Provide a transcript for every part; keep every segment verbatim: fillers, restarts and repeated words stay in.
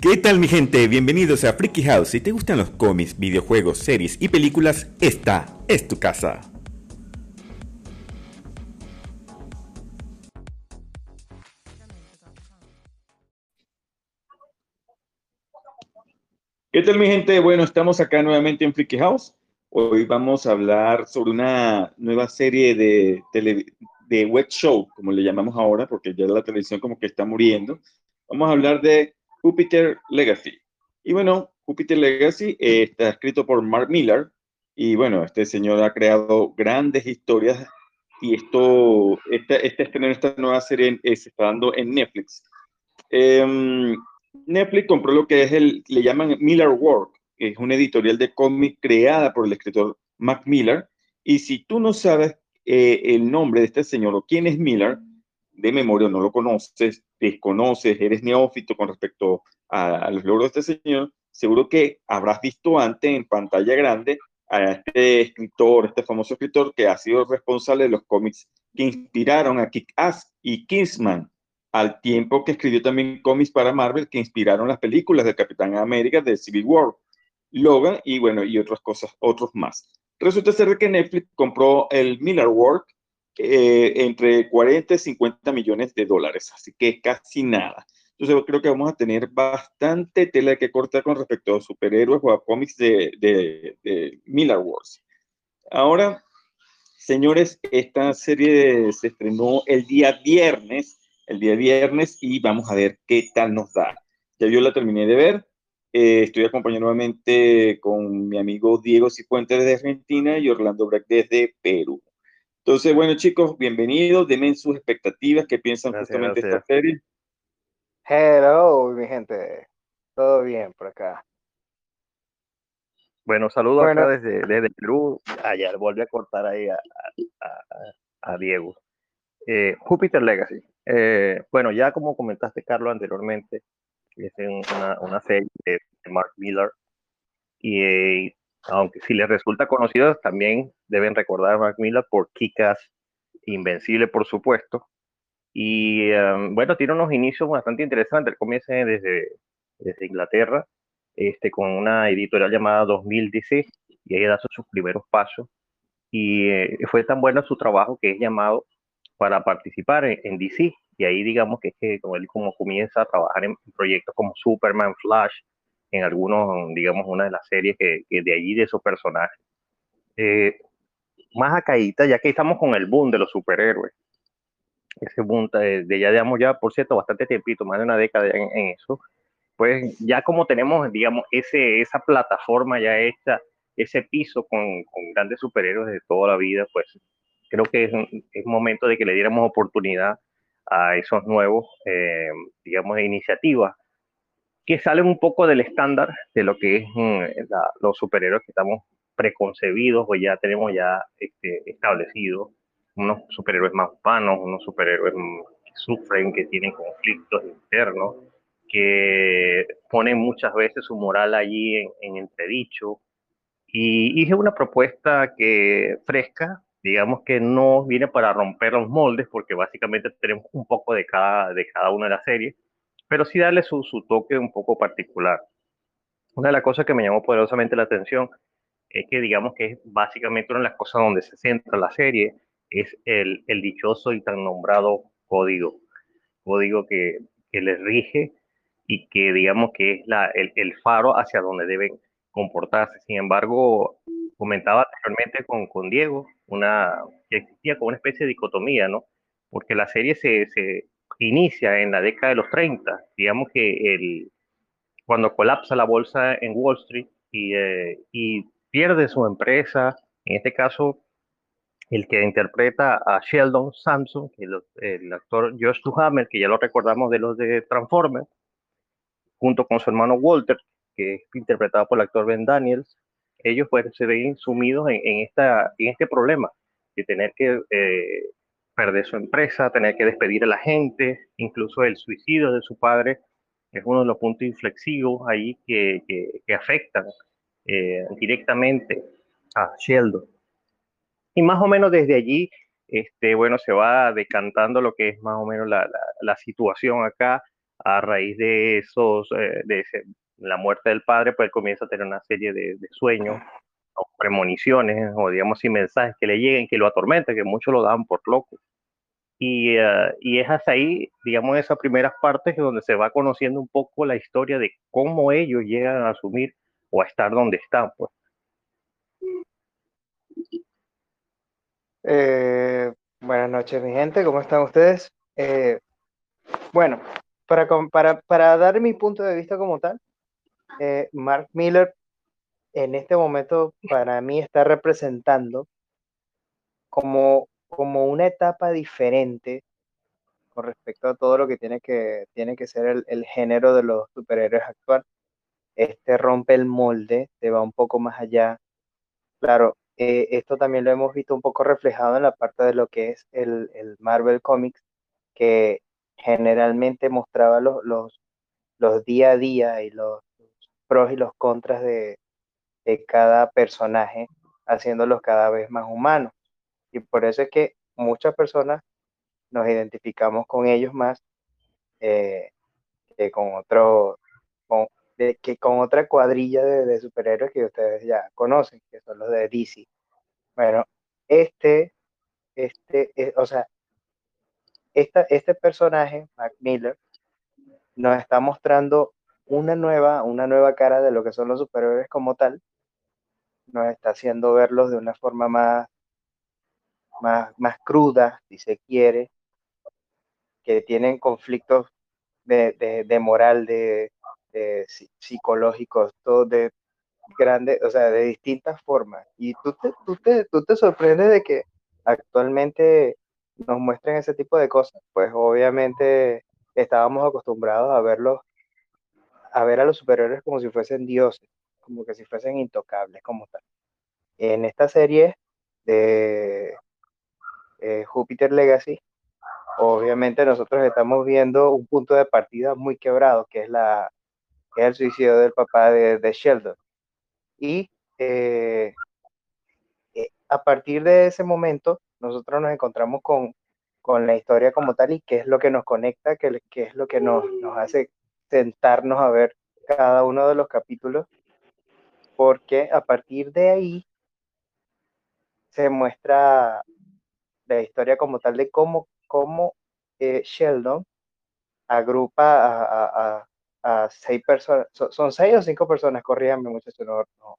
¿Qué tal mi gente? Bienvenidos a Freaky House. Si te gustan los cómics, videojuegos, series y películas, esta es tu casa. ¿Qué tal mi gente? Bueno, estamos acá nuevamente en Freaky House. Hoy vamos a hablar sobre una nueva serie de, tele, de web show, como le llamamos ahora, porque ya la televisión como que está muriendo. Vamos a hablar de Jupiter Legacy. Y bueno, Jupiter Legacy eh, está escrito por Mark Millar. Y bueno, este señor ha creado grandes historias. Y esto, este, este estreno de esta nueva serie eh, se está dando en Netflix. Eh, Netflix compró lo que es el, le llaman Miller Work, que es una editorial de cómic creada por el escritor Mac Miller. Y si tú no sabes eh, el nombre de este señor o quién es Miller, de memoria no lo conoces, desconoces, eres neófito con respecto a, a los logros de este señor, seguro que habrás visto antes en pantalla grande a este escritor, este famoso escritor que ha sido responsable de los cómics que inspiraron a Kick-Ass y Kingsman, al tiempo que escribió también cómics para Marvel que inspiraron las películas de Capitán América, de Civil War, Logan y bueno, y otras cosas, otros más. Resulta ser que Netflix compró el Miller Work eh, entre cuarenta y cincuenta millones de dólares, así que casi nada. Entonces yo creo que vamos a tener bastante tela que cortar con respecto a superhéroes o a cómics de, de, de Miller Wars. Ahora, señores, esta serie se estrenó el día viernes, el día viernes, y vamos a ver qué tal nos da. Ya yo la terminé de ver. Eh, estoy acompañado nuevamente con mi amigo Diego Cifuentes desde Argentina y Orlando Brack desde Perú. Entonces, bueno, chicos, bienvenidos. Denme sus expectativas, qué piensan Gracias, justamente de esta gracias. serie. Hello, mi gente. Todo bien por acá. Bueno, saludo acá Bueno, desde, desde Perú. Ayer volví a cortar ahí a, a, a- a Diego. Eh, Jupiter Legacy. Eh, bueno, ya como comentaste, Carlos, anteriormente, es una, una serie de Mark Millar. Y eh, aunque si les resulta conocido, también deben recordar a Mark Millar por Kick-Ass, Invencible, por supuesto. Y um, bueno, tiene unos inicios bastante interesantes. Él comienza desde, desde Inglaterra, este, con una editorial llamada dos mil D C, y ahí da sus primeros pasos. Y eh, fue tan bueno su trabajo que es llamado para participar en, en D C. Y ahí digamos que es que como él como comienza a trabajar en proyectos como Superman, Flash, en algunos, digamos, una de las series que, que de allí de esos personajes. Eh, Más acá, ya que estamos con el boom de los superhéroes, ese boom de, de ya digamos ya, por cierto, bastante tiempito, más de una década en, en eso, pues ya como tenemos, digamos, ese, esa plataforma ya hecha, ese piso con, con grandes superhéroes de toda la vida, pues creo que es, es momento de que le diéramos oportunidad a esos nuevos, eh, digamos, iniciativas que salen un poco del estándar de lo que es mm, la, los superhéroes que estamos preconcebidos o ya tenemos ya este, establecidos, unos superhéroes más humanos, unos superhéroes que sufren, que tienen conflictos internos, que ponen muchas veces su moral allí en, en entredicho. Y hice una propuesta que fresca, digamos que no viene para romper los moldes, porque básicamente tenemos un poco de cada, de cada una de las series, pero sí darle su, su toque un poco particular. Una de las cosas que me llamó poderosamente la atención es que digamos que es básicamente una de las cosas donde se centra la serie, es el, el dichoso y tan nombrado código, código que, que les rige y que digamos que es la, el, el faro hacia donde deben comportarse. Sin embargo, comentaba anteriormente con, con Diego una, que existía como una especie de dicotomía, ¿no? Porque la serie se, se inicia en la década de los treinta, digamos que el, cuando colapsa la bolsa en Wall Street y, eh, y pierde su empresa, en este caso el que interpreta a Sheldon Sampson, que el, el actor Josh Duhamel, que ya lo recordamos de los de Transformers, junto con su hermano Walter, que es interpretado por el actor Ben Daniels, ellos pues se ven sumidos en, en, esta, en este problema de tener que eh, perder su empresa, tener que despedir a la gente, incluso el suicidio de su padre es uno de los puntos inflexivos ahí que, que, que afectan eh, directamente a Sheldon. Y más o menos desde allí, este, bueno, se va decantando lo que es más o menos la, la, la situación acá, a raíz de esos, eh, de ese, la muerte del padre, pues él comienza a tener una serie de, de sueños o premoniciones o digamos y mensajes que le lleguen, que lo atormentan, que muchos lo dan por loco. Y, uh, y es hasta ahí, digamos, esas primeras partes donde se va conociendo un poco la historia de cómo ellos llegan a asumir o a estar donde están, pues. Eh, buenas noches, mi gente, ¿cómo están ustedes? Eh, bueno, para, para, para dar mi punto de vista como tal, eh, Mark Miller en este momento para mí está representando como, como una etapa diferente con respecto a todo lo que tiene que, tiene que ser el, el género de los superhéroes actual. Este rompe el molde, se va un poco más allá. Claro, eh, esto también lo hemos visto un poco reflejado en la parte de lo que es el, el Marvel Comics, que generalmente mostraba los, los, los día a día y los pros y los contras de, de cada personaje, haciéndolos cada vez más humanos. Y por eso es que muchas personas nos identificamos con ellos más eh, que con otro, con, de, que con otra cuadrilla de, de superhéroes que ustedes ya conocen, que son los de D C. Bueno, este, este, eh, o sea, esta, este personaje, Mac Miller, nos está mostrando una nueva, una nueva cara de lo que son los superhéroes como tal, nos está haciendo verlos de una forma más, más, más cruda, si se quiere, que tienen conflictos de, de, de moral, de, de, psicológicos, todo de grandes, o sea, de distintas formas. Y tú te, tú te, tú te sorprendes de que actualmente nos muestren ese tipo de cosas. Pues obviamente estábamos acostumbrados a verlos, a ver a los superiores como si fuesen dioses, como que si fuesen intocables, como tal. En esta serie de eh, Júpiter Legacy, obviamente nosotros estamos viendo un punto de partida muy quebrado, que es, la, que es el suicidio del papá de, de Sheldon. Y eh, eh, a partir de ese momento, nosotros nos encontramos con, con la historia como tal y qué es lo que nos conecta, qué, qué es lo que nos, nos hace sentarnos a ver cada uno de los capítulos, porque a partir de ahí se muestra la historia como tal de cómo, cómo eh, Sheldon agrupa a, a, a, a seis personas, ¿son, son seis o cinco personas? Corríganme, muchachos, no, no,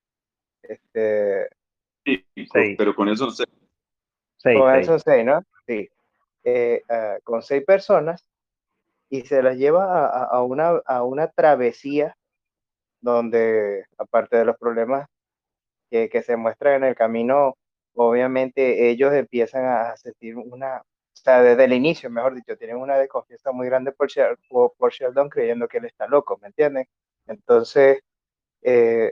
este, Sí, Seis, pero con eso no sé. seis, con seis. esos seis, ¿no? Sí, eh, uh, con seis personas y se las lleva a, a, una, a una travesía donde, aparte de los problemas que, que se muestran en el camino, obviamente ellos empiezan a sentir una, o sea, desde el inicio, mejor dicho, tienen una desconfianza muy grande por, Shel- por, por Sheldon creyendo que él está loco, ¿me entienden? Entonces, eh,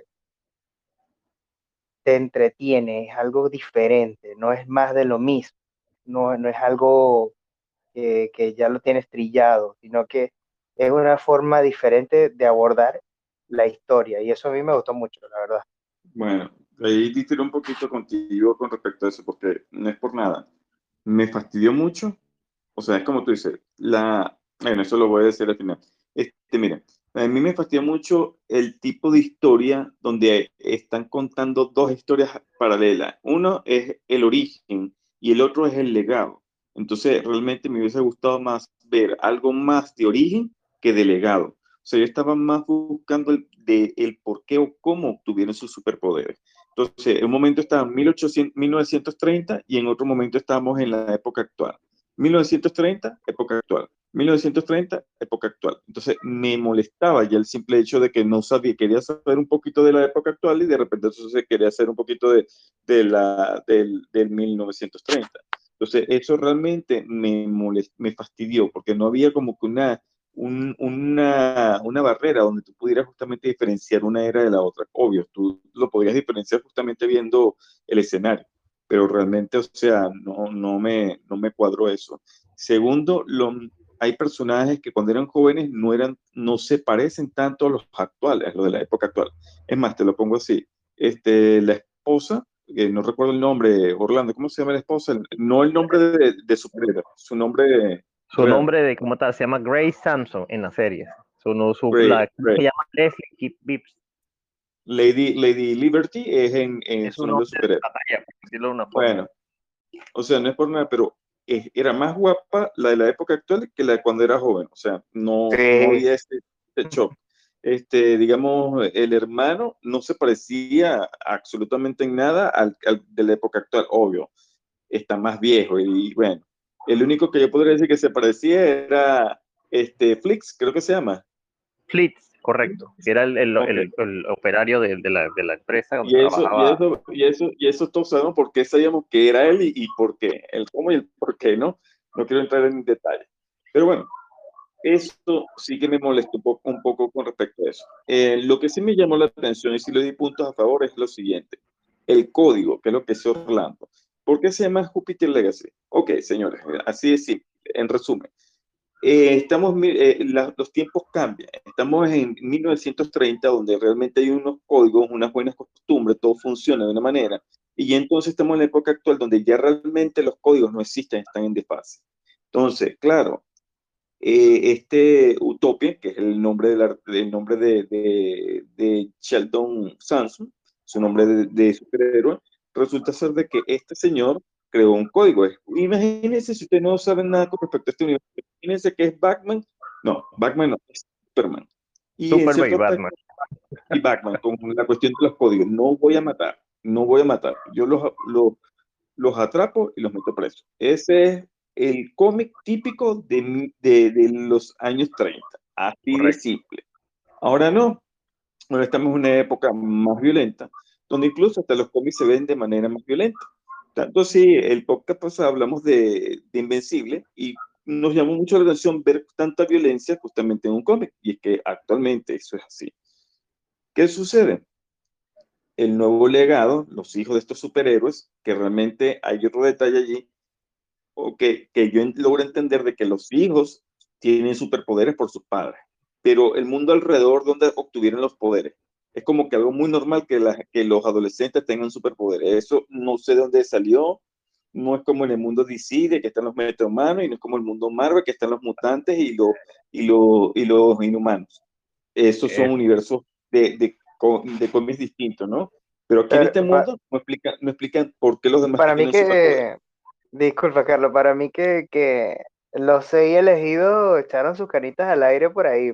te entretiene, es algo diferente, no es más de lo mismo, no, no es algo que, que ya lo tienes trillado, sino que es una forma diferente de abordar la historia y eso a mí me gustó mucho, la verdad. Bueno, ahí difiero un poquito contigo con respecto a eso, porque no es por nada. Me fastidió mucho. O sea, es como tú dices, la... Bueno, eso lo voy a decir al final. Este, mira, a mí me fastidia mucho el tipo de historia donde están contando dos historias paralelas. Uno es el origen y el otro es el legado. Entonces, realmente me hubiese gustado más ver algo más de origen que de legado. O sea, yo estaba más buscando el, de, el por qué o cómo obtuvieron sus superpoderes. Entonces, en un momento estábamos en mil ochocientos, mil novecientos treinta y en otro momento estábamos en la época actual. mil novecientos treinta, época actual. mil novecientos treinta, época actual. Entonces me molestaba ya el simple hecho de que no sabía, quería saber un poquito de la época actual y de repente entonces quería hacer un poquito de, de la, del, del mil novecientos treinta. Entonces eso realmente me, molest, me fastidió porque no había como que una, un, una, una barrera donde tú pudieras justamente diferenciar una era de la otra. Obvio, tú lo podrías diferenciar justamente viendo el escenario, pero realmente, o sea, no, no, me, no me cuadró eso. Segundo, lo, hay personajes que cuando eran jóvenes no, eran, no se parecen tanto a los actuales, a los de la época actual. Es más, te lo pongo así. Este, la esposa, eh, no recuerdo el nombre, Orlando, ¿cómo se llama la esposa? No el nombre de, de su superhéroe, su nombre Su Real. nombre de como tal se llama Grace Sampson en la serie. Su, no, su, Great, la, great. se llama Leslie Keep Bibbs. Lady, Lady Liberty es en, en Es su un nombre nombre de superhéroe. batalla, por decirlo de una forma. Bueno, o sea, no es por nada, pero es- era más guapa la de la época actual que la de cuando era joven. O sea, no, no Sí, había ese, ese shock. Este, digamos, el hermano no se parecía absolutamente en nada al, al de la época actual, obvio. Está más viejo y bueno, el único que yo podría decir que se parecía era este Flix, creo que se llama. Flitz, correcto. Que era el, el, Ok. el, el operario de, de, la, de la empresa donde Y eso, y trabajaba. eso, y eso, y eso todos sabemos por qué sabíamos que era él y, y por qué, el cómo y el por qué, ¿no? No quiero entrar en detalle. Pero bueno, esto sí que me molestó un poco, un poco con respecto a eso. Eh, lo que sí me llamó la atención y sí le di puntos a favor es lo siguiente. El código, que es lo que es Orlando. ¿Por qué se llama Jupiter Legacy? Ok, señores, así es simple. En resumen, eh, estamos, eh, la, los tiempos cambian. Estamos en mil novecientos treinta, donde realmente hay unos códigos, unas buenas costumbres, todo funciona de una manera. Y entonces estamos en la época actual, donde ya realmente los códigos no existen, están en desfase. Entonces, claro, eh, este Utopia, que es el nombre, de, la, el nombre de, de, de Sheldon Sampson, su nombre de, de superhéroe, resulta ser de que este señor creó un código. Imagínense si ustedes no saben nada con respecto a este universo. Imagínense que es Batman. No, Batman no, es Superman. Y en Superman y cierto Batman. aspecto, y Batman, con la cuestión de los códigos, no voy a matar, no voy a matar. Yo los, los, los atrapo y los meto presos. Ese es el cómic típico de, de, de los años treinta, así de Correcto. simple. Ahora no, ahora estamos en una época más violenta, donde incluso hasta los cómics se ven de manera más violenta. Tanto así, el podcast pasado hablamos de, de Invencible y nos llamó mucho la atención ver tanta violencia justamente en un cómic, y es que actualmente eso es así. ¿Qué sucede? El nuevo legado, los hijos de estos superhéroes, que realmente hay otro detalle allí, o que, que yo logro entender de que los hijos tienen superpoderes por sus padres, pero el mundo alrededor donde obtuvieron los poderes. Es como que algo muy normal que, la, que los adolescentes tengan superpoderes. Eso no sé de dónde salió, no es como en el mundo D C, de que están los metahumanos, y no es como el mundo Marvel, que están los mutantes y, lo, y, lo, y los inhumanos. Esos son Es, universos de, de, de cómics distintos, ¿no? Pero aquí en pero este pa- mundo no explican, no explican por qué los demás para mí tienen superpoderes. que, disculpa Carlos, para mí que, que los seis elegidos echaron sus canitas al aire por ahí.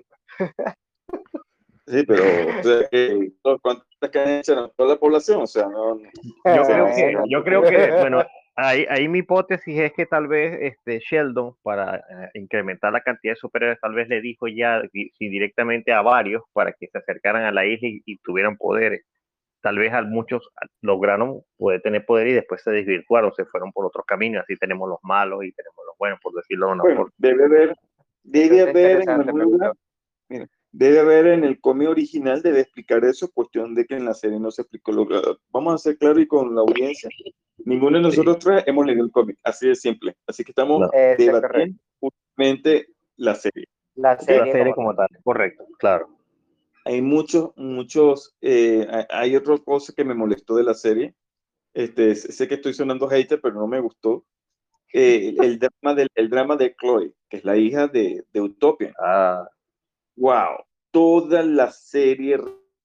Sí, pero o sea, que, ¿cuántas cadenas echaron? Toda la población, o sea, no, no, yo se, creo se que, Bueno. yo rompe. creo que, bueno, ahí, ahí mi hipótesis es que tal vez este Sheldon, para eh, incrementar la cantidad de superhéroes, tal vez le dijo ya di- si directamente a varios para que se acercaran a la isla y, y tuvieran poderes. Tal vez a muchos lograron poder tener poder y después se desvirtuaron, se fueron por otros caminos. Así tenemos los malos y tenemos los buenos, por decirlo de una Bueno, forma. debe haber, Eso debe está haber en interesante, algún me lugar, gustó. mira, debe haber en el cómic original, debe explicar eso, cuestión de que en la serie no se explicó. Lo, vamos a ser claros y con la audiencia, ninguno de Sí, nosotros tres hemos leído el cómic, así de simple. Así que estamos no. Eso es correcto. debatiendo justamente la serie. La ¿Ok? La serie serie como tal. como tal, correcto, claro. Hay muchos, muchos, eh, hay otra cosa que me molestó de la serie. Este, sé que estoy sonando hater, pero no me gustó. Eh, el, drama del, el drama de Chloe, que es la hija de, de Utopia. Ah, Wow, toda la serie,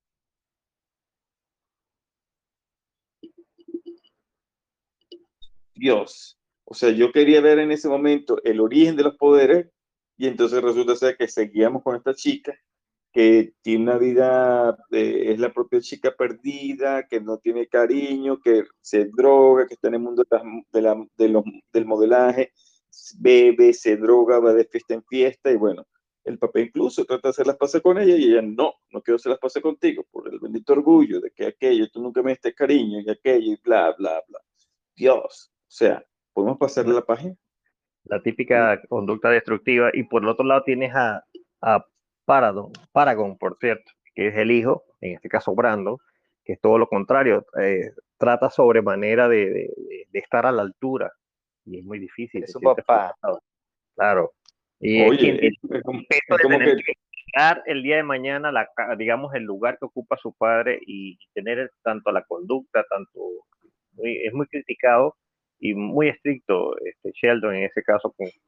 Dios. O sea, yo quería ver en ese momento el origen de los poderes y entonces resulta ser que seguíamos con esta chica que tiene una vida, eh, es la propia chica perdida, que no tiene cariño, que se droga, que está en el mundo de, las- de la- de los- del modelaje, bebe, se droga, va de fiesta en fiesta y bueno, el papá incluso trata de hacer las paces con ella y ella no, no quiero hacer las paces contigo por el bendito orgullo de que aquello, tú nunca me diste cariño y aquello y bla, bla, bla. Dios, o sea, ¿podemos pasarle la, la página? la típica conducta destructiva. Y por el otro lado tienes a, a Paradon, Paragon, por cierto, que es el hijo, en este caso Brandon, que es todo lo contrario. Eh, trata sobremanera de, de, de estar a la altura y es muy difícil, De se su siente papá. frustrado, claro. Y es quien Oye, es, tiene es como, el peso es de como tener que que dar el día de mañana, la, digamos, el lugar que ocupa su padre y tener tanto la conducta, tanto, muy, es muy criticado y muy estricto este Sheldon en ese caso con, con,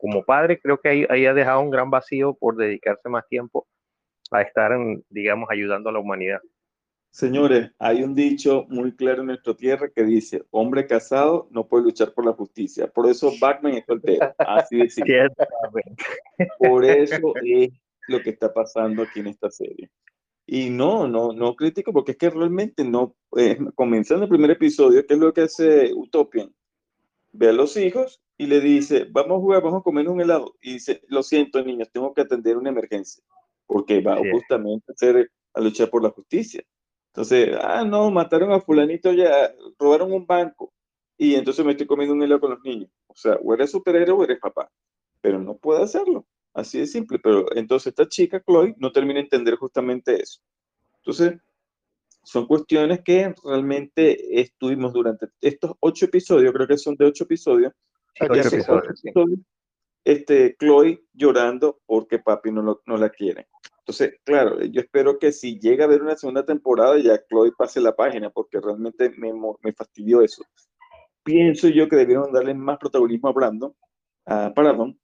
como padre creo que ahí, ahí ha dejado un gran vacío por dedicarse más tiempo a estar, en, digamos, ayudando a la humanidad. Señores, hay un dicho muy claro en nuestra tierra que dice, hombre casado no puede luchar por la justicia. Por eso Batman es soltero. Así de simple. Ciertamente. Por eso es lo que está pasando aquí en esta serie. Y no, no, no critico, porque es que realmente no, eh, comenzando el primer episodio, ¿qué es lo que hace Utopian? Ve a los hijos y le dice, vamos a jugar, vamos a comer un helado. Y dice, lo siento, niños, tengo que atender una emergencia, porque va Sí, justamente a, hacer, a luchar por la justicia. Entonces, ah, no, mataron a fulanito ya, robaron un banco, y entonces me estoy comiendo un helado con los niños. O sea, o eres superhéroe o eres papá, pero no puede hacerlo. Así de simple. Pero entonces esta chica, Chloe, no termina de entender justamente eso. Entonces, son cuestiones que realmente estuvimos durante estos ocho episodios, creo que son de ocho episodios, sí, Ocho ocho ya son ocho episodios, episodios. sí. episodios, este, Chloe llorando porque papi no, lo, no la quiere. Entonces, claro, yo espero que si llega a haber una segunda temporada, ya Chloe pase la página, porque realmente me, me fastidió eso. Pienso yo que debieron darle más protagonismo a Brandon, a Paradon,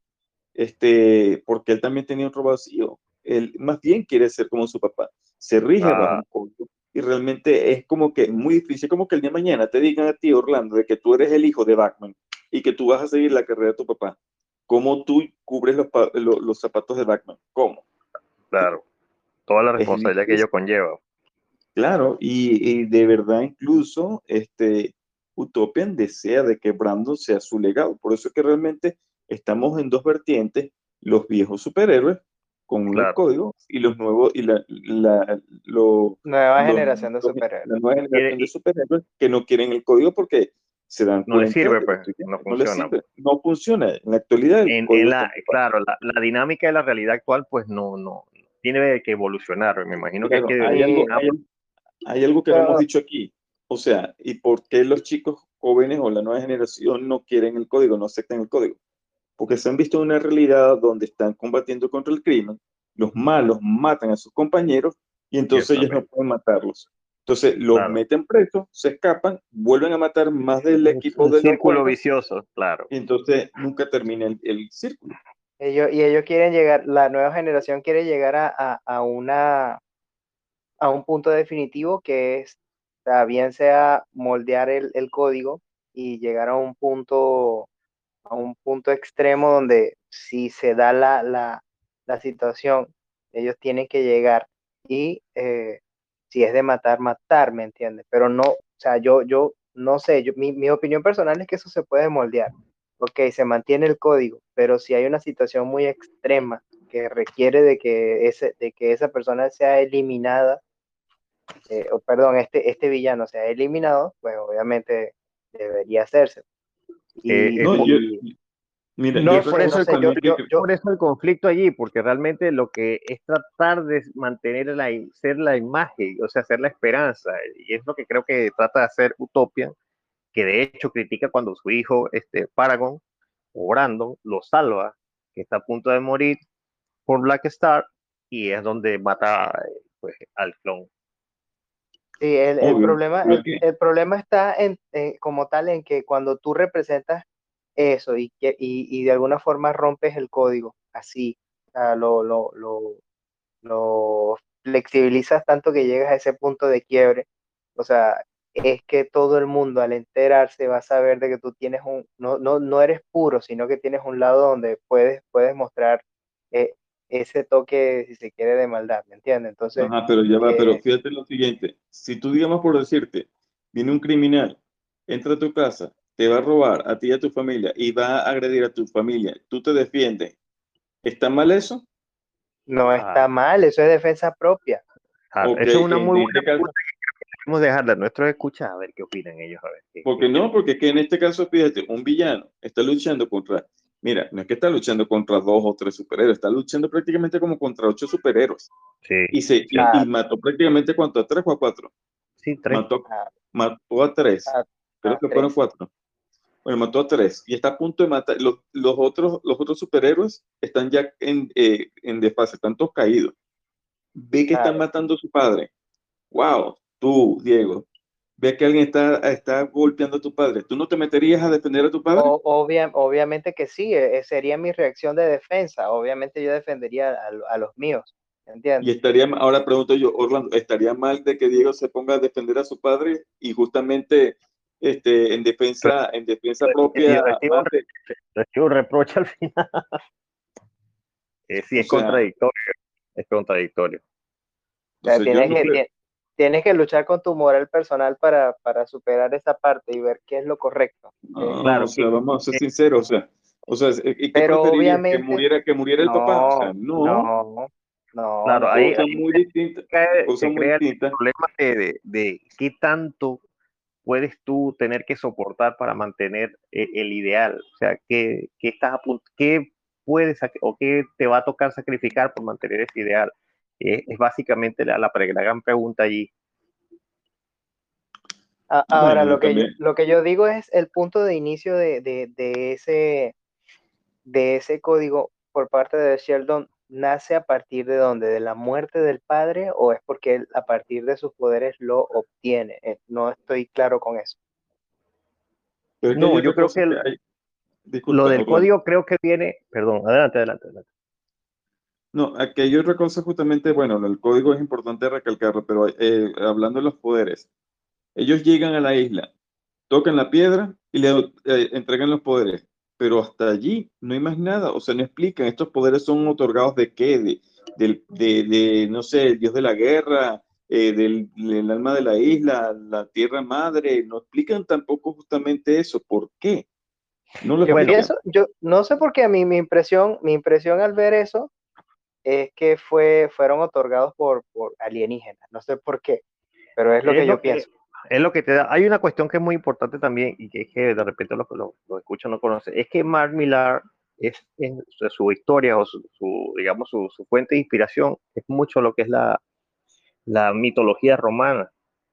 este, porque él también tenía otro vacío. Él más bien quiere ser como su papá, se rige bajo Ah, un código y realmente es como que muy difícil, como que el día de mañana te digan a ti, Orlando, de que tú eres el hijo de Batman y que tú vas a seguir la carrera de tu papá. ¿Cómo tú cubres los, los, los zapatos de Batman? ¿Cómo? claro, toda la Es responsabilidad que difícil, ello conlleva. claro, y, y de verdad incluso este, Utopian desea de que Brandon sea su legado. Por eso es que realmente estamos en dos vertientes, los viejos superhéroes con los Claro. códigos y los nuevos, y la, la, lo- Nueva los- generación de los- superhéroes. la nueva Y, generación de y superhéroes que no quieren el código porque se dan no le cuenta sirve, de lo pues, siguiente, no no les funciona. sirve, no funciona. En la actualidad el En, en código está la, muy fácil. claro, la, la dinámica de la realidad actual, pues no, no, tiene que evolucionar. Me imagino que hay Claro, que, hay algo, Y, hay, hay algo que no hemos pero, dicho aquí. O sea, ¿y por qué los chicos jóvenes o la nueva generación no quieren el código, no aceptan el código? Porque se han visto en una realidad donde están combatiendo contra el crimen, los malos matan a sus compañeros y entonces ellos no ciertamente, pueden matarlos. Entonces los claro. meten presos, se escapan, vuelven a matar más del Un, equipo un de los círculo buenos vicioso, claro. y entonces nunca termina el, el círculo. ellos, y ellos quieren llegar, la nueva generación quiere llegar a, a, a una, a un punto definitivo que es, o sea, bien sea moldear el, el código y llegar a un punto, a un punto extremo donde si se da la, la, la situación, ellos tienen que llegar y eh, si es de matar, matar, ¿me entiendes? Pero no, o sea, yo, yo no sé, yo, mi, mi opinión personal es que eso se puede moldear. Ok, se mantiene el código, pero si hay una situación muy extrema que requiere de que, ese, de que esa persona sea eliminada, eh, o perdón, este, este villano sea eliminado, pues obviamente debería hacerse. Eh, Y, eh, No, por, yo, y mira, yo no por sé, eso no el, sé, yo, realmente yo, creo, yo, por eso el conflicto allí, porque realmente lo que es tratar de mantener la, ser la imagen, o sea, ser la esperanza, y es lo que creo que trata de hacer Utopia, que de hecho critica cuando su hijo, este, Paragon, o Brandon, lo salva, que está a punto de morir por Black Star, y es donde mata pues, al clon. sí, el, el obvio, problema, pero el, es que, el problema está en, eh, como tal en que cuando tú representas eso y, que, y, y de alguna forma rompes el código, así, o sea, lo, lo, lo, lo flexibilizas tanto que llegas a ese punto de quiebre, o sea, es que todo el mundo al enterarse va a saber de que tú tienes un, no, no, no eres puro, sino que tienes un lado donde puedes, puedes mostrar eh, ese toque, si se quiere, de maldad, ¿me entiendes? Entonces, ajá, pero ya va, pero eh, fíjate lo siguiente, si tú digamos por decirte, viene un criminal, entra a tu casa, te va a robar a ti y a tu familia y va a agredir a tu familia, tú te defiendes, ¿está mal eso? no Ah, está mal, eso es defensa propia. ah, Ok, eso es una en muy buena este caso, pregunta que queremos dejarle a nuestros escuchas a ver qué opinan ellos, a ver qué, qué porque no, piensan. porque es que en este caso, fíjate, un villano está luchando contra, mira, no es que está luchando contra dos o tres superhéroes, está luchando prácticamente como contra ocho superhéroes Sí, y, se, y, y Ah, mató prácticamente cuánto, a tres o a cuatro, sí, tres. mató, ah, mató a tres, ah, creo ah, que fueron tres. cuatro. Bueno, mató a tres y está a punto de matar. Los, los otros, los otros superhéroes están ya en, eh, en desfase, están todos caídos. Ve que están Claro. matando a su padre. Wow, tú, Diego, ve que alguien está, está golpeando a tu padre, ¿tú no te meterías a defender a tu padre? O- obvia- obviamente que sí, eh, sería mi reacción de defensa. Obviamente yo defendería a, a los míos, Y ¿entiendes? estaría, ma- ahora pregunto yo, Orlando, ¿estaría mal de que Diego se ponga a defender a su padre y justamente este, en defensa, en defensa Y propia recibo, un mate? re- recibo un reproche al final. Eh, sí, O es sea, contradictorio, es contradictorio. O sea, entonces yo tienes no que, creo, tie- tienes que luchar con tu moral personal para, para superar esa parte y ver qué es lo correcto. Eh, no, o Claro, que, sea, vamos a ser que- sinceros, o sea, o sea, ¿y qué pero preferirías? ¿Que obviamente, muriera, que muriera el papá? O sea, no, no, no, no, claro, no. ahí, cosas ahí muy distintas, cae- cosas se muy crea el distintas. problema de, de, de qué tanto puedes tú tener que soportar para mantener eh, el ideal. O sea, qué, qué estás a punto, qué puedes sac- o qué te va a tocar sacrificar por mantener ese ideal. Eh, es básicamente la, la, pre- la gran pregunta allí. A- Ahora, Bueno, lo que yo, también. lo que yo digo es el punto de inicio de, de, de ese, de ese código por parte de Sheldon nace a partir de dónde, de la muerte del padre o es porque él a partir de sus poderes lo obtiene. Eh, No estoy claro con eso. Pero es que hay No, yo otra creo cosa que que el, hay, lo disculpa, del Orlando. código creo que viene, perdón, adelante, adelante, adelante. No, aquí hay otra cosa justamente, bueno, el código es importante recalcarlo, pero eh, hablando de los poderes, ellos llegan a la isla, tocan la piedra y le eh, entregan los poderes, pero hasta allí no hay más nada, o sea, no explican, estos poderes son otorgados de qué, de, del- de, de, no sé, el dios de la guerra, eh, del, del alma de la isla, la tierra madre, no explican tampoco justamente eso, ¿por qué? No lo Yo Bueno, explican. pienso, yo no sé por qué a mí mi impresión, mi impresión al ver eso es que fue, fueron otorgados por, por alienígenas. No sé por qué, pero es lo es que lo yo que pienso. es lo que te da. Hay una cuestión que es muy importante también y que es que de repente los lo, lo escuchan no conocen. Es que Mark Millar es en su, su historia o su, su digamos su, su, fuente de inspiración es mucho lo que es la, la mitología romana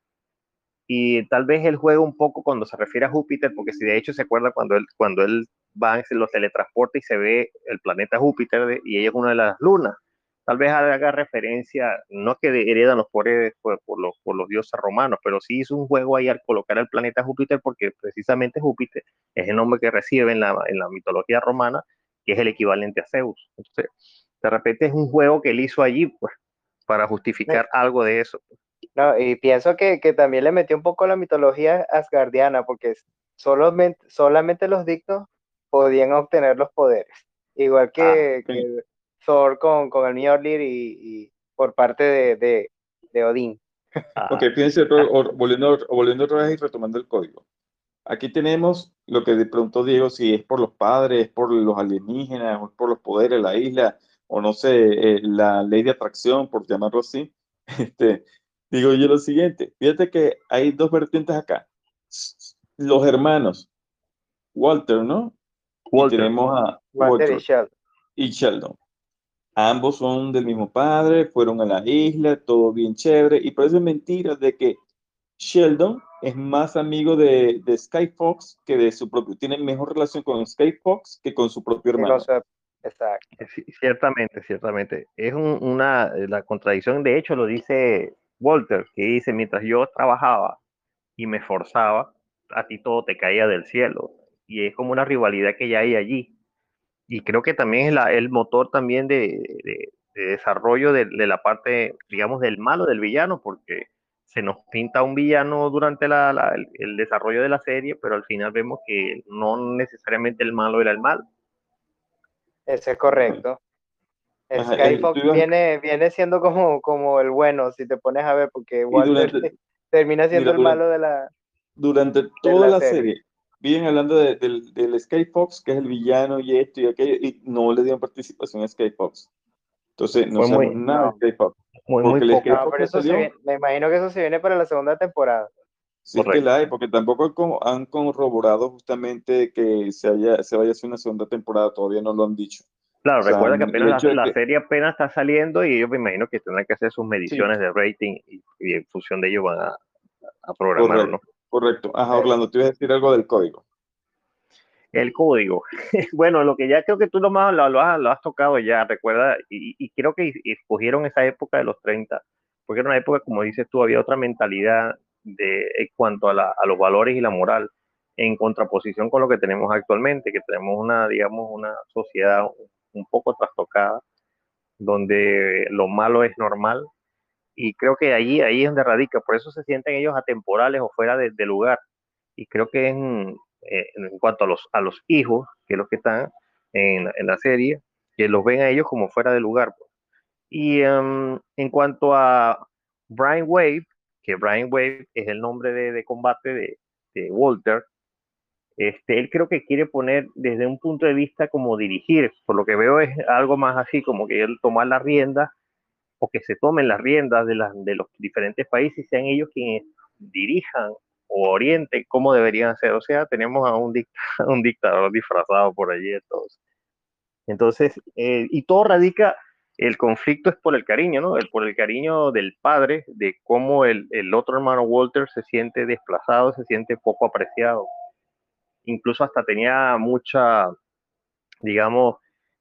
y tal vez él juega un poco cuando se refiere a Júpiter porque si de hecho se acuerda cuando él cuando él va se los teletransporta y se ve el planeta Júpiter de, y ella es una de las lunas. Tal vez haga referencia, no que heredan los poderes por, por, los, por los dioses romanos, pero sí hizo un juego ahí al colocar el planeta Júpiter porque precisamente Júpiter es el nombre que recibe en la, en la mitología romana, que es el equivalente a Zeus. Entonces, de repente es un juego que él hizo allí pues, para justificar algo de eso. No, y pienso que, que también le metió un poco la mitología asgardiana, porque solamente, solamente los dignos podían obtener los poderes. Igual Ah, que, ok. que Thor con, con el Mjolnir y, y por parte de, de, de Odín. Ok, Ah, fíjense, otro- o- volviendo, volviendo otra vez y retomando el código. Aquí tenemos lo que de pronto digo, si es por los padres, por los alienígenas, o es por los poderes de la isla, o no sé, eh, la ley de atracción, por llamarlo así. Este, digo yo lo siguiente, fíjate que hay dos vertientes acá. Los hermanos, Walter, ¿no? Y Walter. tenemos a Walter y Walter Sheldon. y Sheldon. Ambos son del mismo padre, fueron a la isla, todo bien chévere, y parece mentira de que Sheldon es más amigo de, de Sky Fox que de su propio, tiene mejor relación con Sky Fox que con su propio Que con hermano. su- Exacto. Sí, ciertamente, ciertamente. Es un, una, la contradicción, de hecho, lo dice Walter, que dice, mientras yo trabajaba y me esforzaba, a ti todo te caía del cielo. Y es como una rivalidad que ya hay allí. Y creo que también es la, el motor también de, de, de desarrollo de, de, la parte, digamos, del malo, del villano, porque se nos pinta un villano durante la, la, el, el desarrollo de la serie, pero al final vemos que no necesariamente el malo era el mal. Ese es correcto. Ajá, el- tú Skyfox ibas- viene, viene siendo como, como el bueno, si te pones a ver, porque y Walter durante, termina siendo mira, el durante, malo de la, durante de toda la la serie. serie, vienen hablando de- del, del Sky Fox, que es el villano y esto y aquello, y no le dieron participación a Sky Fox. Entonces, no Fue sabemos muy, nada de No. Sky Fox, muy, muy porque el Sky poco No, Fox pero que eso se salió, viene, me imagino que eso se viene para la segunda temporada. si es que correcto. la hay, porque tampoco han co- han corroborado justamente que se, haya, se vaya a hacer una segunda temporada, todavía no lo han dicho. Claro, O sea, recuerda que el apenas hecho la, de la que, serie apenas está saliendo y ellos me imagino que tendrán que hacer sus sí, mediciones de rating y, y en función de ello van a, a programarlo, ¿no? correcto, correcto. Ajá, Eh, Orlando, te ibas a decir algo del código. El código. Bueno, lo que ya creo que tú lo, más, lo, lo, has, lo has tocado ya, recuerda, y, y creo que escogieron esa época de los treinta, porque era una época, como dices tú, había otra mentalidad de, en cuanto a, la, a los valores y la moral, en contraposición con lo que tenemos actualmente, que tenemos una, digamos, una sociedad un poco trastocada, donde lo malo es normal, y creo que ahí, ahí es donde radica, por eso se sienten ellos atemporales o fuera de, de lugar, y creo que en, eh, en cuanto a los, a los hijos, que es los que están en, en la serie, que los ven a ellos como fuera de lugar. Y um, en cuanto a Brian Wave, que Brian Wave es el nombre de, de combate de, de Walter, este, él creo que quiere poner desde un punto de vista como dirigir, por lo que veo es algo más así, como que él tomar las riendas o que se tomen las riendas de, las, de los diferentes países y sean ellos quienes dirijan o orienten cómo deberían ser. O sea, tenemos a un, dict un dictador disfrazado por allí. Entonces, entonces eh, y todo radica, el conflicto es por el cariño, ¿no? El, por el cariño del padre, de cómo el, el otro hermano Walter se siente desplazado, se siente poco apreciado. Incluso hasta tenía mucha, digamos,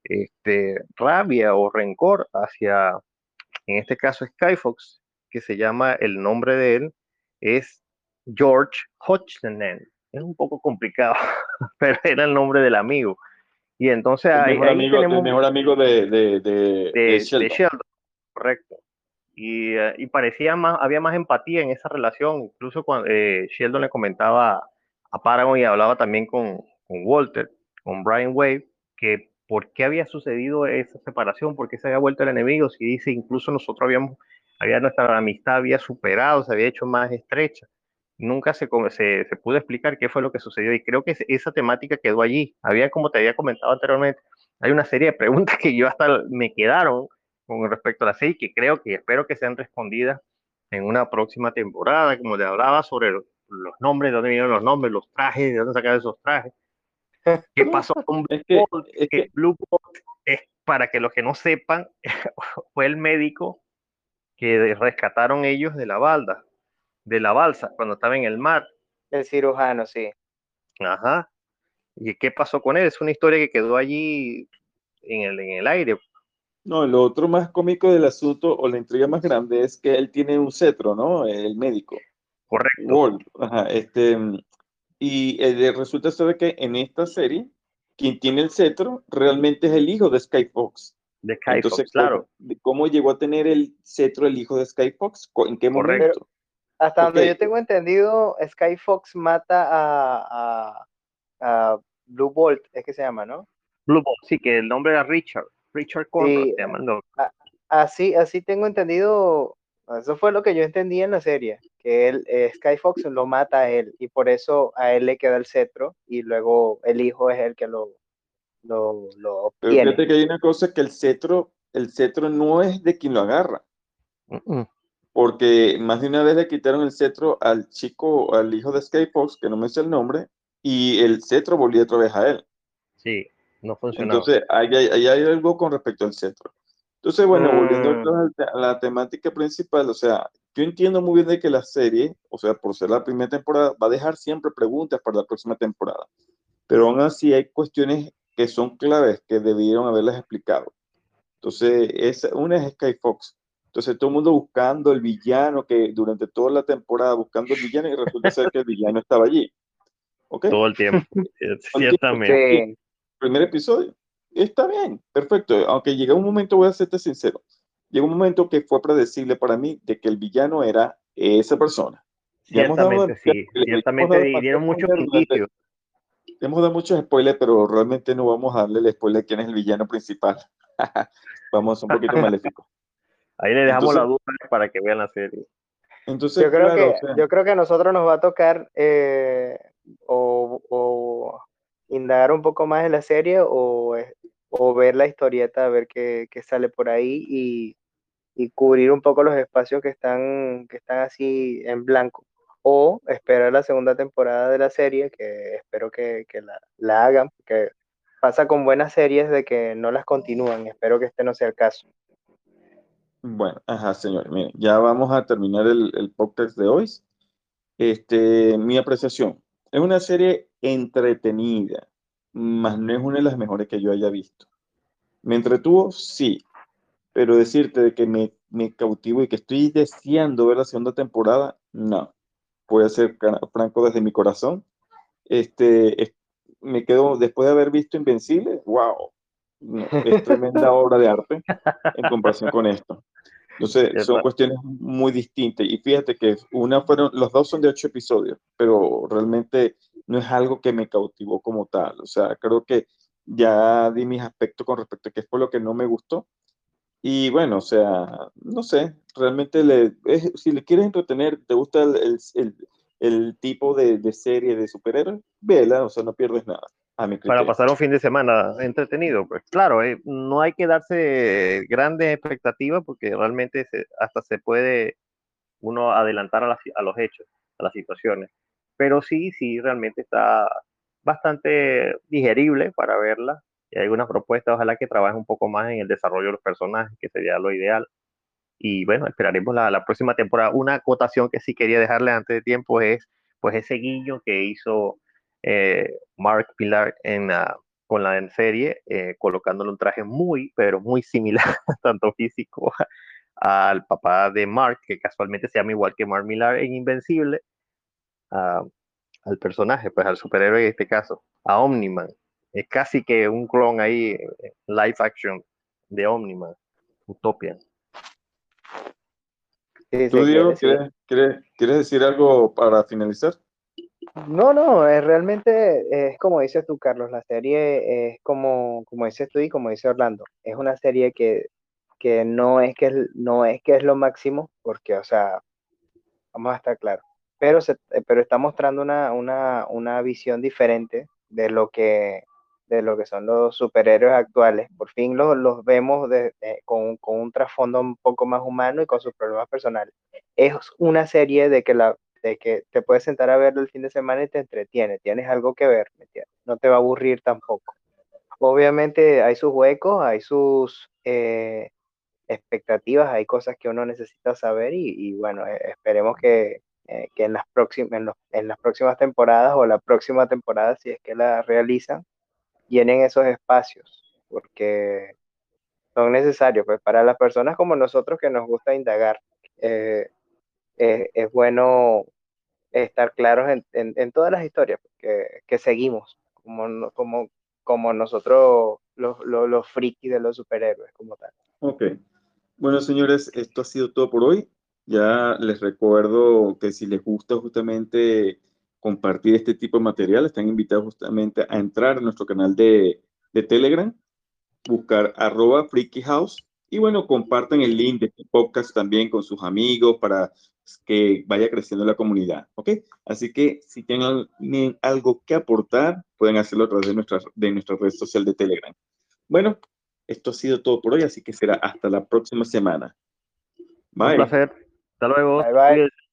este, rabia o rencor hacia, en este caso, Skyfox, que se llama, el nombre de él es George Hodgson. Es un poco complicado, pero era el nombre del amigo. Y entonces El ahí, mejor ahí amigo, el tenemos mejor amigo de, de, de, de de, de Sheldon. Sheldon, correcto. Y, uh, y parecía más, había más empatía en esa relación, incluso cuando eh, Sheldon le comentaba a Paragon y hablaba también con, con Walter, con Brian Wave, que por qué había sucedido esa separación, por qué se había vuelto el enemigo, si dice incluso nosotros habíamos, había nuestra amistad había superado, se había hecho más estrecha. Nunca se, se, se pudo explicar qué fue lo que sucedió y creo que esa temática quedó allí. Había, como te había comentado anteriormente, hay una serie de preguntas que yo hasta me quedaron con respecto a la serie, que creo que espero que sean respondidas en una próxima temporada, como le hablaba sobre los, los nombres, de dónde vinieron los nombres, los trajes, de dónde sacaron esos trajes, qué pasó con Blue Es que, Bolt, es que que, Blue Bolt es, para que los que no sepan, fue el médico que rescataron ellos de la balda, de la balsa, cuando estaba en el mar. El cirujano, sí. Ajá. ¿Y qué pasó con él? Es una historia que quedó allí en el, en el aire. no, lo otro más cómico del asunto, o la intriga más grande, es que él tiene un cetro, ¿no? El médico. Correcto. Walt, ajá, este, y eh, resulta ser que en esta serie, quien tiene el cetro realmente es el hijo de Skyfox. De Skyfox, Entonces, ¿cómo, claro. cómo llegó a tener el cetro el hijo de Skyfox? ¿En qué Correcto. Pero momento? hasta Ok, donde yo tengo entendido, Skyfox mata a, a, a Blue Bolt, es que se llama, ¿no? Blue Bolt, sí, que el nombre era Richard. Richard Conrad, Sí, se llama el nombre. a- así, así tengo entendido, eso fue lo que yo entendí en la serie, que él, eh, Skyfox lo mata a él y por eso a él le queda el cetro y luego el hijo es el que lo, lo, lo pero obtiene. fíjate que hay una cosa que el cetro, el cetro no es de quien lo agarra, Uh -uh. porque más de una vez le quitaron el cetro al chico, al hijo de Skyfox, que no me sé el nombre, y el cetro volvió otra vez a él. Sí, no funcionaba. Entonces, ahí hay, ahí hay algo con respecto al cetro. Entonces, bueno, volviendo Mm, otra vez a la temática principal, o sea, yo entiendo muy bien de que la serie, o sea, por ser la primera temporada, va a dejar siempre preguntas para la próxima temporada, pero aún así hay cuestiones que son claves que debieron haberlas explicado. Entonces, esa, una es Skyfox. Entonces, todo el mundo buscando el villano, que durante toda la temporada buscando el villano y resulta ser que el villano estaba allí. ¿Ok? Todo el tiempo, ciertamente. sí, Primer episodio. Está bien, perfecto. Aunque llega un momento, voy a serte sincero, llegó un momento que fue predecible para mí de que el villano era esa persona. Ya hemos dado, Ciertamente, sí. le hemos Ciertamente dado dieron demasiados muchos spoilers durante- indicios. hemos dado muchos spoilers, pero realmente no vamos a darle el spoiler a quién es el villano principal. Vamos un poquito maléficos. Ahí le dejamos Entonces, la duda para que vean la serie. entonces, yo creo claro, o que, sea, yo creo que a nosotros nos va a tocar eh, o, o indagar un poco más en la serie o, eh, o ver la historieta, a ver qué, qué sale por ahí y, y cubrir un poco los espacios que están, que están así en blanco. O esperar la segunda temporada de la serie, que espero que, que la, la hagan, porque pasa con buenas series de que no las continúan. Espero que este no sea el caso. bueno, ajá, señores, miren, ya vamos a terminar el, el podcast de hoy. Este, mi apreciación, es una serie entretenida, mas no es una de las mejores que yo haya visto. ¿Me entretuvo? Sí, pero decirte de que me, me cautivo y que estoy deseando ver la segunda temporada, no. voy a ser franco desde mi corazón. Este, es, me quedo, después de haber visto Invencible, wow, no, es tremenda obra de arte en comparación con esto. Entonces, son cuestiones muy distintas. Y fíjate que una fueron, los dos son de ocho episodios, pero realmente no es algo que me cautivó como tal. O sea, creo que ya di mis aspectos con respecto a qué fue lo que no me gustó. Y bueno, o sea, no sé, realmente le, es- si le quieres entretener, te gusta el, el- el- el tipo de, de serie de superhéroes, vela, o sea, no pierdes nada, a mi Para criterio. pasar un fin de semana entretenido. Pues claro, eh, no hay que darse grandes expectativas porque realmente se, hasta se puede uno adelantar a, la, a, los hechos, a las situaciones. Pero sí, sí, realmente está bastante digerible para verla. Y hay algunas propuestas, ojalá que trabaje un poco más en el desarrollo de los personajes, que sería lo ideal. Y bueno, esperaremos la, la próxima temporada. Una acotación que sí quería dejarle antes de tiempo es pues ese guiño que hizo eh, Mark Millar en la, con la serie, eh, colocándole un traje muy, pero muy similar, tanto físico, al papá de Mark, que casualmente se llama igual que Mark Millar en Invencible, a, al personaje, pues al superhéroe en este caso, a Omniman. Es casi que un clon ahí, eh, live action de Omniman, Utopian. Sí, ¿Tú, se quiere, Diego, sí. quieres, quieres, quieres decir algo para finalizar? No, no, es realmente es como dices tú, Carlos, la serie es como, como dices tú y como dice Orlando, es una serie que, que no es que es, no es que es lo máximo, porque, o sea, vamos a estar claros, pero, se, pero está mostrando una, una, una visión diferente de lo que, de lo que son los superhéroes actuales. Por fin los, los vemos de, de, con, con un trasfondo un poco más humano y con sus problemas personales. Es una serie de que la de que te puedes sentar a verlo el fin de semana y te entretiene, tienes algo que ver, ¿me entiendes? No te va a aburrir tampoco. Obviamente hay sus huecos, hay sus eh, expectativas, hay cosas que uno necesita saber y, y bueno, eh, esperemos que, eh, que en, las próximas, en, los, en las próximas temporadas o la próxima temporada, si es que la realizan, llenen esos espacios, porque son necesarios, pues para las personas como nosotros que nos gusta indagar, eh, eh, es bueno estar claros en, en, en todas las historias que, que seguimos, como, como, como nosotros los, los, los frikis de los superhéroes, como tal. Ok. Bueno, señores, esto ha sido todo por hoy. Ya les recuerdo que si les gusta justamente compartir este tipo de material, están invitados justamente a entrar a nuestro canal de, de Telegram, buscar arroba Freaky House y bueno, compartan el link de este podcast también con sus amigos para que vaya creciendo la comunidad, ¿ok? Así que si tienen algo que aportar, pueden hacerlo a través de nuestra, de nuestra red social de Telegram. Bueno, esto ha sido todo por hoy, así que será hasta la próxima semana. Un Bye. placer. Hasta luego. Bye bye. Cuídense.